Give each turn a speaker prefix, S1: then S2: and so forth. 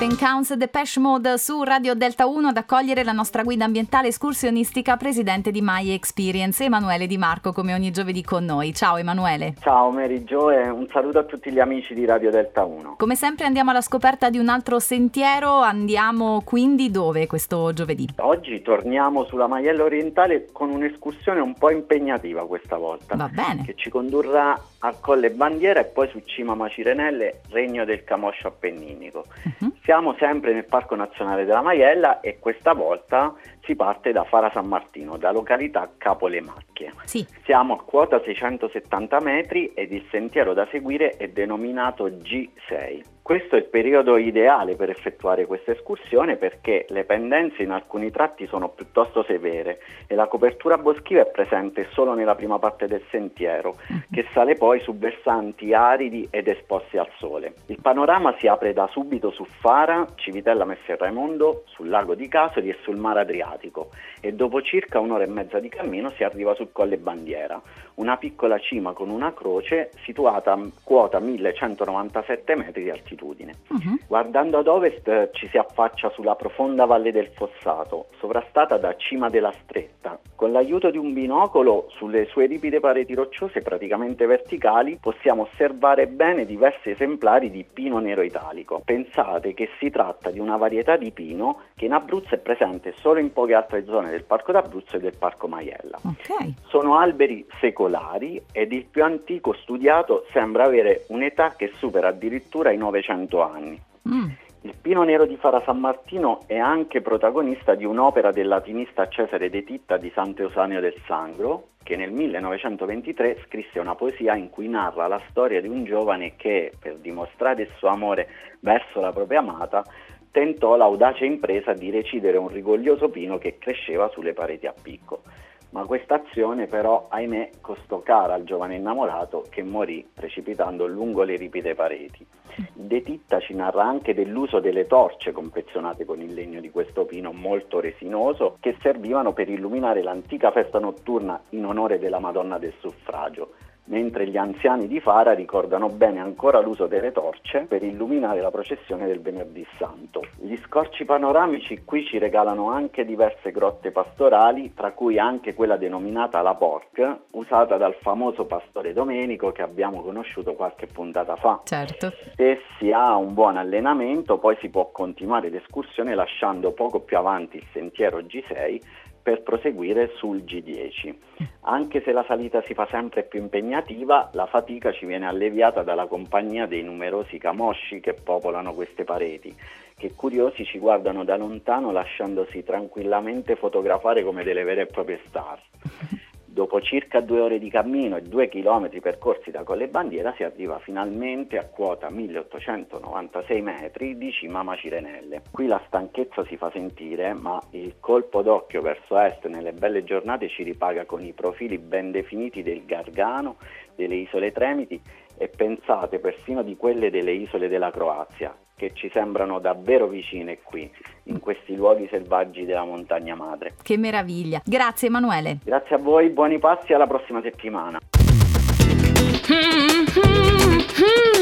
S1: Ten Counts Depeche Mode su Radio Delta 1 ad accogliere la nostra guida ambientale escursionistica, presidente di My Experience, Emanuele Di Marco, come ogni giovedì con noi. Ciao Emanuele.
S2: Ciao Mary Jo e un saluto a tutti gli amici di Radio Delta 1.
S1: Come sempre andiamo alla scoperta di un altro sentiero, andiamo quindi dove questo giovedì?
S2: Oggi torniamo sulla Maiella Orientale con un'escursione un po' impegnativa questa volta.
S1: Va bene.
S2: Che ci condurrà a Colle Bandiera e poi su Cima Macirenelle, Regno del Camoscio Appenninico. Siamo sempre nel Parco Nazionale della Maiella e questa volta si parte da Fara San Martino, da località Capo Le Macchie.
S1: Sì.
S2: Siamo a quota 670 metri ed il sentiero da seguire è denominato G6. Questo è il periodo ideale per effettuare questa escursione perché le pendenze in alcuni tratti sono piuttosto severe e la copertura boschiva è presente solo nella prima parte del sentiero, che sale poi su versanti aridi ed esposti al sole. Il panorama si apre da subito su Fara, Civitella Messer Raimondo, sul lago di Casoli e sul mare Adriatico e dopo circa un'ora e mezza di cammino si arriva sul Colle Bandiera, una piccola cima con una croce situata a quota 1197 metri di altitudine. Guardando ad ovest ci si affaccia sulla profonda valle del Fossato, sovrastata da Cima della Stretta. Con l'aiuto di un binocolo, sulle sue ripide pareti rocciose praticamente verticali, possiamo osservare bene diversi esemplari di pino nero italico. Pensate che si tratta di una varietà di pino che in Abruzzo è presente solo in poche altre zone del Parco d'Abruzzo e del Parco Maiella.
S1: Okay.
S2: Sono alberi secolari ed il più antico studiato sembra avere un'età che supera addirittura i 900 anni. Il pino nero di Fara San Martino è anche protagonista di un'opera del latinista Cesare De Titta di Sant'Eusanio del Sangro, che nel 1923 scrisse una poesia in cui narra la storia di un giovane che, per dimostrare il suo amore verso la propria amata, tentò l'audace impresa di recidere un rigoglioso pino che cresceva sulle pareti a picco. Ma questa azione però, ahimè, costò cara al giovane innamorato che morì precipitando lungo le ripide pareti. De Titta ci narra anche dell'uso delle torce confezionate con il legno di questo pino molto resinoso che servivano per illuminare l'antica festa notturna in onore della Madonna del Suffragio, mentre gli anziani di Fara ricordano bene ancora l'uso delle torce per illuminare la processione del Venerdì Santo. Gli scorci panoramici qui ci regalano anche diverse grotte pastorali, tra cui anche quella denominata La Porc, usata dal famoso pastore Domenico che abbiamo conosciuto qualche puntata fa.
S1: Certo.
S2: Se si ha un buon allenamento, poi si può continuare l'escursione lasciando poco più avanti il sentiero G6 per proseguire sul G10. Anche se la salita si fa sempre più impegnativa, la fatica ci viene alleviata dalla compagnia dei numerosi camosci che popolano queste pareti, che curiosi ci guardano da lontano lasciandosi tranquillamente fotografare come delle vere e proprie star. Dopo circa 2 ore di cammino e 2 chilometri percorsi da Colle Bandiera si arriva finalmente a quota 1896 metri di Cima Macirenelle. Qui la stanchezza si fa sentire, ma il colpo d'occhio verso est nelle belle giornate ci ripaga con i profili ben definiti del Gargano, delle isole Tremiti e pensate persino di quelle delle isole della Croazia, che ci sembrano davvero vicine qui, in questi luoghi selvaggi della montagna madre.
S1: Che meraviglia. Grazie Emanuele.
S2: Grazie a voi, buoni passi, alla prossima settimana.